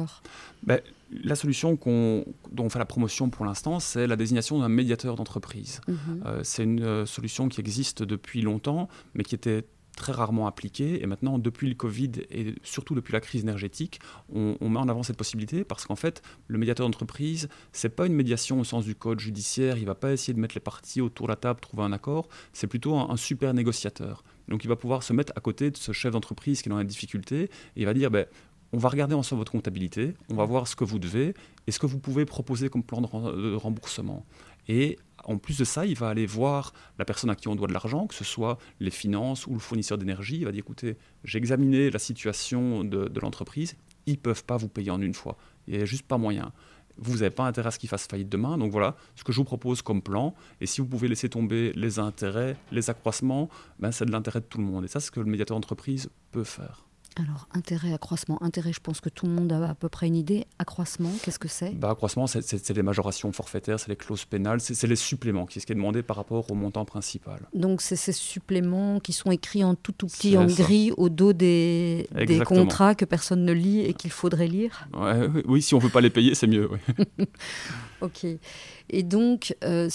La solution dont on fait la promotion pour l'instant, c'est la désignation d'un médiateur d'entreprise. C'est une solution qui existe depuis longtemps, mais qui était très rarement appliquée. Et maintenant, depuis le Covid et surtout depuis la crise énergétique, on met en avant cette possibilité parce qu'en fait, le médiateur d'entreprise, ce n'est pas une médiation au sens du code judiciaire. Il ne va pas essayer de mettre les parties autour de la table, trouver un accord. C'est plutôt un super négociateur. Donc, il va pouvoir se mettre à côté de ce chef d'entreprise qui est dans la difficulté et il va dire on va regarder ensemble votre comptabilité, on va voir ce que vous devez et ce que vous pouvez proposer comme plan de remboursement. Et en plus de ça, il va aller voir la personne à qui on doit de l'argent, que ce soit les finances ou le fournisseur d'énergie. Il va dire, écoutez, j'ai examiné la situation de l'entreprise, ils ne peuvent pas vous payer en une fois. Il n'y a juste pas moyen. Vous n'avez pas intérêt à ce qu'ils fassent faillite demain. Donc voilà ce que je vous propose comme plan. Et si vous pouvez laisser tomber les intérêts, les accroissements, c'est de l'intérêt de tout le monde. Et ça, c'est ce que le médiateur d'entreprise peut faire. Alors, intérêt, accroissement. Intérêt, je pense que tout le monde a à peu près une idée. Accroissement, qu'est-ce que c'est ? Accroissement, c'est les majorations forfaitaires, c'est les clauses pénales, c'est les suppléments, ce qui est demandé par rapport au montant principal. Donc, c'est ces suppléments qui sont écrits en tout petit, en gris, au dos des contrats que personne ne lit et qu'il faudrait lire ? Oui, si on ne veut pas les payer, c'est mieux. Oui. Ok. Et donc,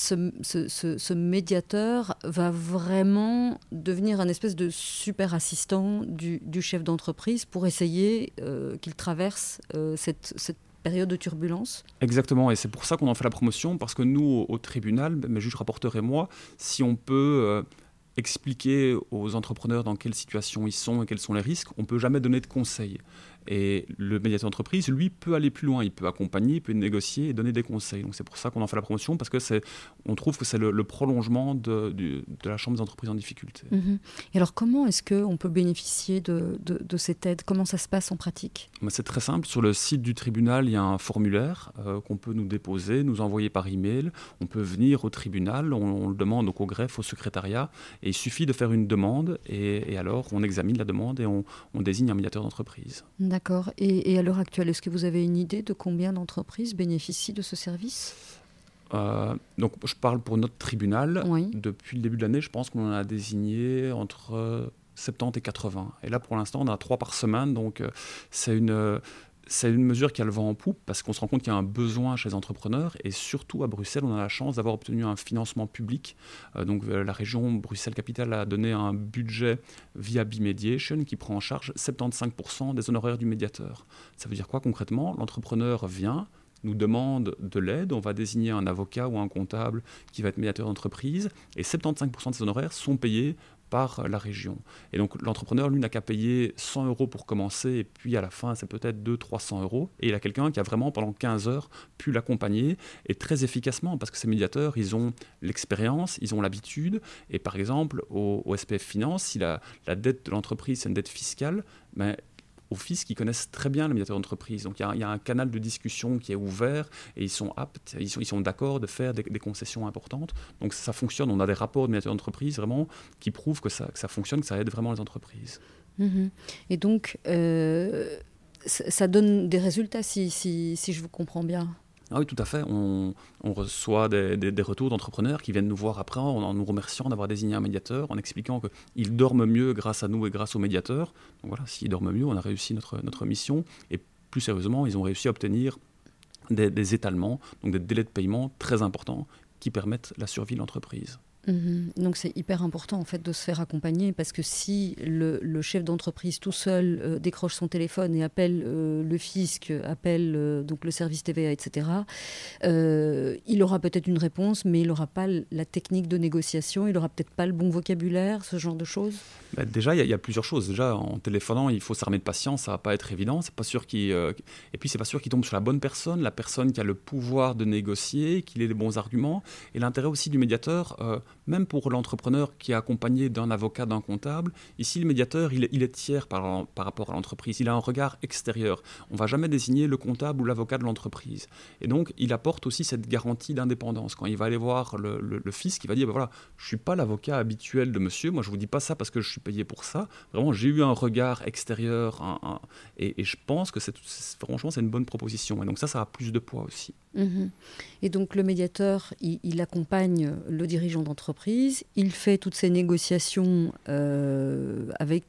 ce médiateur va vraiment devenir un espèce de super assistant du chef d'entreprise pour essayer qu'il traverse cette période de turbulence. Exactement, et c'est pour ça qu'on en fait la promotion, parce que nous, au tribunal, mes juges rapporteurs et moi, si on peut expliquer aux entrepreneurs dans quelle situation ils sont et quels sont les risques, on ne peut jamais donner de conseils. Et le médiateur d'entreprise, lui, peut aller plus loin. Il peut accompagner, il peut négocier et donner des conseils. Donc c'est pour ça qu'on en fait la promotion, parce que on trouve que c'est le prolongement de la Chambre des entreprises en difficulté. Et alors comment est-ce qu'on peut bénéficier de cette aide ? Comment ça se passe en pratique ? C'est très simple. Sur le site du tribunal, il y a un formulaire qu'on peut nous déposer, nous envoyer par email. On peut venir au tribunal, on le demande au greffe, au secrétariat. Et il suffit de faire une demande et alors on examine la demande et on désigne un médiateur d'entreprise. D'accord. Et à l'heure actuelle, est-ce que vous avez une idée de combien d'entreprises bénéficient de ce service ? Donc, je parle pour notre tribunal. Oui. Depuis le début de l'année, je pense qu'on en a désigné entre 70 et 80. Et là, pour l'instant, on en a 3 par semaine. Donc, c'est c'est une mesure qui a le vent en poupe parce qu'on se rend compte qu'il y a un besoin chez les entrepreneurs et surtout à Bruxelles, on a la chance d'avoir obtenu un financement public. La région Bruxelles-Capitale a donné un budget via B-Mediation qui prend en charge 75% des honoraires du médiateur. Ça veut dire quoi concrètement ? L'entrepreneur vient, nous demande de l'aide, on va désigner un avocat ou un comptable qui va être médiateur d'entreprise et 75% des honoraires sont payés par la région. Et donc l'entrepreneur, lui, n'a qu'à payer 100 € pour commencer et puis à la fin, c'est peut-être 200-300 € et il a quelqu'un qui a vraiment pendant 15 heures pu l'accompagner et très efficacement parce que ces médiateurs, ils ont l'expérience, ils ont l'habitude et par exemple au SPF Finance, si la dette de l'entreprise c'est une dette fiscale, mais au fisc, ils connaissent très bien le médiateur d'entreprise. Donc il y a un canal de discussion qui est ouvert et ils sont aptes, ils sont d'accord de faire des concessions importantes. Donc ça fonctionne. On a des rapports de médiateur d'entreprise vraiment qui prouvent que ça fonctionne, que ça aide vraiment les entreprises. Mmh. Et donc, ça donne des résultats si je vous comprends bien. Ah oui, tout à fait. On reçoit des retours d'entrepreneurs qui viennent nous voir après en nous remerciant d'avoir désigné un médiateur, en expliquant qu'ils dorment mieux grâce à nous et grâce au médiateur. Donc voilà, s'ils dorment mieux, on a réussi notre mission. Et plus sérieusement, ils ont réussi à obtenir des étalements, donc des délais de paiement très importants qui permettent la survie de l'entreprise. Donc c'est hyper important en fait de se faire accompagner parce que si le chef d'entreprise tout seul décroche son téléphone et appelle le fisc, appelle donc le service TVA, etc., il aura peut-être une réponse, mais il n'aura pas la technique de négociation, il n'aura peut-être pas le bon vocabulaire, ce genre de choses. Déjà, il y a plusieurs choses. Déjà, en téléphonant, il faut s'armer de patience, ça ne va pas être évident. C'est pas sûr et puis, c'est pas sûr qu'il tombe sur la bonne personne, la personne qui a le pouvoir de négocier, qu'il ait les bons arguments. Et l'intérêt aussi du médiateur, même pour l'entrepreneur qui est accompagné d'un avocat, d'un comptable, ici, le médiateur, il est tiers par rapport à l'entreprise. Il a un regard extérieur. On ne va jamais désigner le comptable ou l'avocat de l'entreprise. Et donc, il apporte aussi cette garantie d'indépendance. Quand il va aller voir le fisc, il va dire, voilà, je ne suis pas l'avocat habituel de monsieur, moi je ne vous dis pas ça parce que je suis payé pour ça. Vraiment, j'ai eu un regard extérieur et je pense que franchement, c'est une bonne proposition. Et donc ça a plus de poids aussi. Et donc le médiateur, il accompagne le dirigeant d'entreprise, il fait toutes ces négociations avec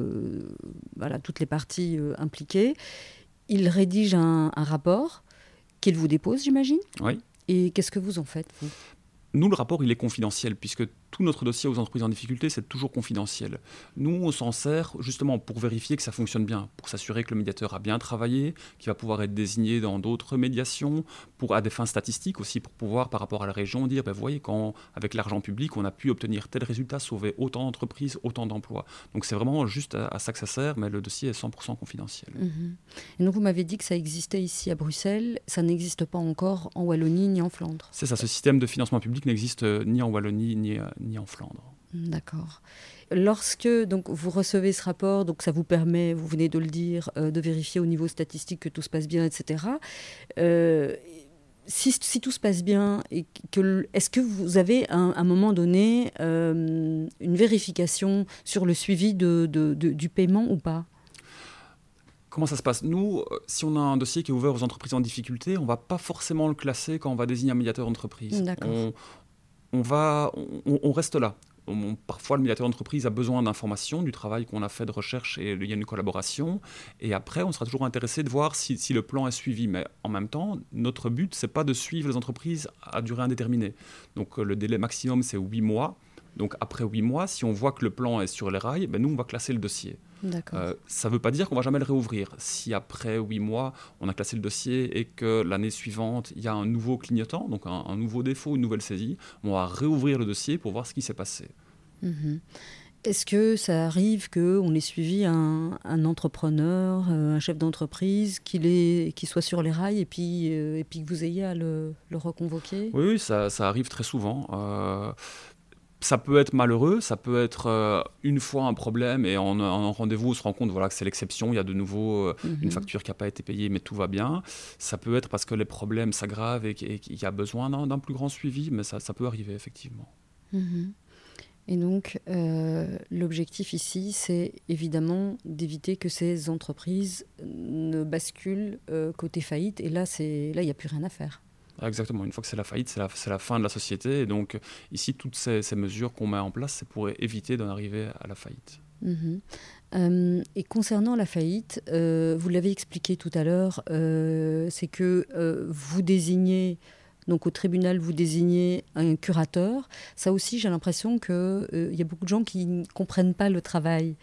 toutes les parties impliquées. Il rédige un rapport qu'il vous dépose, j'imagine. Oui. Et qu'est-ce que vous en faites, vous ? Nous, le rapport, il est confidentiel, puisque tout notre dossier aux entreprises en difficulté, c'est toujours confidentiel. Nous, on s'en sert justement pour vérifier que ça fonctionne bien, pour s'assurer que le médiateur a bien travaillé, qu'il va pouvoir être désigné dans d'autres médiations, à des fins statistiques aussi, pour pouvoir, par rapport à la région, dire, vous voyez, avec l'argent public, on a pu obtenir tel résultat, sauver autant d'entreprises, autant d'emplois. Donc c'est vraiment juste à ça que ça sert, mais le dossier est 100% confidentiel. Et donc vous m'avez dit que ça existait ici à Bruxelles, ça n'existe pas encore en Wallonie ni en Flandre. C'est ça, ce système de financement public n'existe ni en Wallonie ni en Flandre. D'accord. Lorsque donc, vous recevez ce rapport, donc ça vous permet, vous venez de le dire, de vérifier au niveau statistique que tout se passe bien, etc. Si tout se passe bien, est-ce que vous avez à un moment donné une vérification sur le suivi du paiement ou pas ? Comment ça se passe ? Nous, si on a un dossier qui est ouvert aux entreprises en difficulté, on ne va pas forcément le classer quand on va désigner un médiateur d'entreprise. D'accord. On reste là. Parfois, le médiateur d'entreprise a besoin d'informations, du travail qu'on a fait de recherche et il y a une collaboration. Et après, on sera toujours intéressé de voir si le plan est suivi. Mais en même temps, notre but, ce n'est pas de suivre les entreprises à durée indéterminée. Donc, le délai maximum, c'est 8 mois. Donc, après 8 mois, si on voit que le plan est sur les rails, nous, on va classer le dossier. Ça ne veut pas dire qu'on ne va jamais le réouvrir. Si après 8 mois, on a classé le dossier et que l'année suivante, il y a un nouveau clignotant, donc un nouveau défaut, une nouvelle saisie, on va réouvrir le dossier pour voir ce qui s'est passé. Est-ce que ça arrive qu'on ait suivi un entrepreneur, un chef d'entreprise, qui soit sur les rails et puis que vous ayez à le reconvoquer ? Oui, ça arrive très souvent. Ça peut être malheureux, ça peut être une fois un problème et en rendez-vous on se rend compte que c'est l'exception, il y a de nouveau une facture qui n'a pas été payée mais tout va bien. Ça peut être parce que les problèmes s'aggravent et qu'il y a besoin d'un plus grand suivi, mais ça peut arriver effectivement. Et donc l'objectif ici c'est évidemment d'éviter que ces entreprises ne basculent côté faillite et là il n'y a plus rien à faire. Exactement, une fois que c'est la faillite, c'est la fin de la société. Et donc ici, toutes ces mesures qu'on met en place, c'est pour éviter d'en arriver à la faillite. Et concernant la faillite, vous l'avez expliqué tout à l'heure, c'est que vous désignez, donc au tribunal, vous désignez un curateur. Ça aussi, j'ai l'impression qu'il y a beaucoup de gens qui ne comprennent pas le travail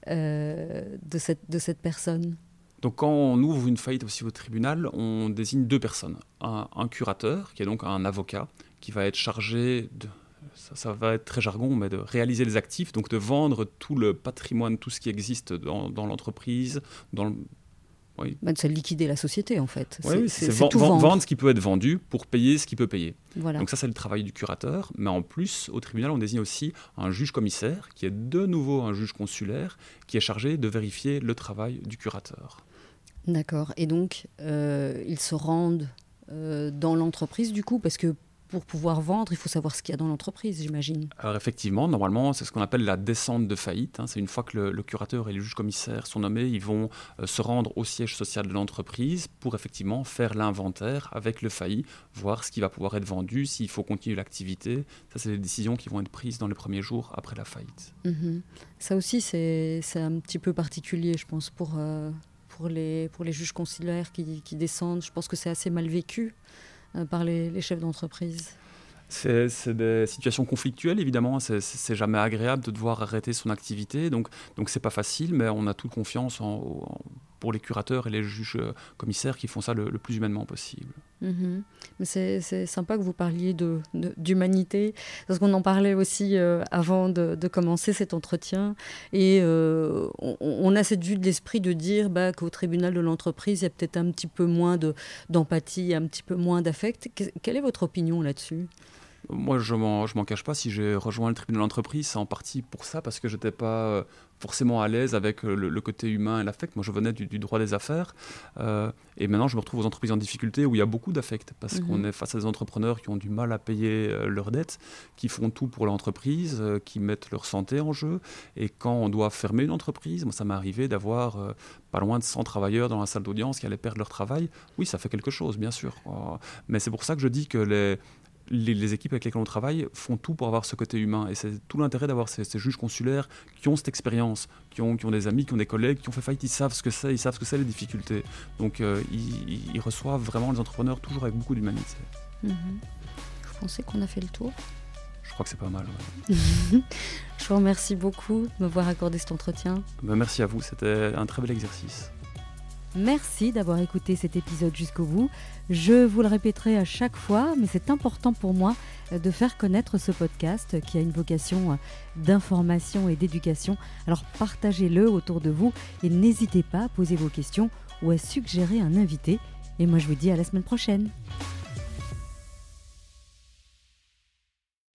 de cette personne. Donc quand on ouvre une faillite aussi au tribunal, on désigne 2 personnes. Un curateur, qui est donc un avocat, qui va être chargé de... Ça va être très jargon, mais de réaliser les actifs, donc de vendre tout le patrimoine, tout ce qui existe dans l'entreprise, oui. De se liquider la société, en fait. Oui, c'est tout vendre. Vendre ce qui peut être vendu pour payer ce qui peut payer. Voilà. Donc ça, c'est le travail du curateur. Mais en plus, au tribunal, on désigne aussi un juge-commissaire, qui est de nouveau un juge consulaire, qui est chargé de vérifier le travail du curateur. D'accord. Et donc, ils se rendent dans l'entreprise, du coup, parce que pour pouvoir vendre, il faut savoir ce qu'il y a dans l'entreprise, j'imagine. Alors effectivement, normalement, c'est ce qu'on appelle la descente de faillite. C'est une fois que le curateur et le juge-commissaire sont nommés, ils vont se rendre au siège social de l'entreprise pour effectivement faire l'inventaire avec le failli, voir ce qui va pouvoir être vendu, s'il faut continuer l'activité. Ça, c'est les décisions qui vont être prises dans les premiers jours après la faillite. Ça aussi, c'est un petit peu particulier, je pense, pour les juges consulaires qui descendent. Je pense que c'est assez mal vécu par les chefs d'entreprise. C'est des situations conflictuelles, évidemment. C'est jamais agréable de devoir arrêter son activité. Donc c'est pas facile, mais on a toute confiance pour les curateurs et les juges commissaires qui font ça le plus humainement possible. Mais c'est sympa que vous parliez d'humanité, parce qu'on en parlait aussi avant de commencer cet entretien. Et on a cette vue de l'esprit de dire qu'au tribunal de l'entreprise, il y a peut-être un petit peu moins d'empathie, un petit peu moins d'affect. Quelle est votre opinion là-dessus ? Moi, je m'en cache pas. Si j'ai rejoint le tribunal d'entreprise, c'est en partie pour ça, parce que je n'étais pas forcément à l'aise avec le côté humain et l'affect. Moi, je venais du droit des affaires. Et maintenant, je me retrouve aux entreprises en difficulté où il y a beaucoup d'affect, parce qu'on est face à des entrepreneurs qui ont du mal à payer leurs dettes, qui font tout pour l'entreprise, qui mettent leur santé en jeu. Et quand on doit fermer une entreprise, moi, ça m'est arrivé d'avoir pas loin de 100 travailleurs dans la salle d'audience qui allaient perdre leur travail. Oui, ça fait quelque chose, bien sûr. Mais c'est pour ça que je dis que les équipes avec lesquelles on travaille font tout pour avoir ce côté humain. Et c'est tout l'intérêt d'avoir ces juges consulaires qui ont cette expérience, qui ont des amis, qui ont des collègues, qui ont fait faillite, ils savent ce que c'est, les difficultés. Donc ils reçoivent vraiment les entrepreneurs toujours avec beaucoup d'humanité. Vous pensez qu'on a fait le tour ? Je crois que c'est pas mal. Ouais. Je vous remercie beaucoup de m'avoir accordé cet entretien. Merci à vous, c'était un très bel exercice. Merci d'avoir écouté cet épisode jusqu'au bout. Je vous le répéterai à chaque fois, mais c'est important pour moi de faire connaître ce podcast qui a une vocation d'information et d'éducation. Alors partagez-le autour de vous et n'hésitez pas à poser vos questions ou à suggérer un invité. Et moi je vous dis à la semaine prochaine.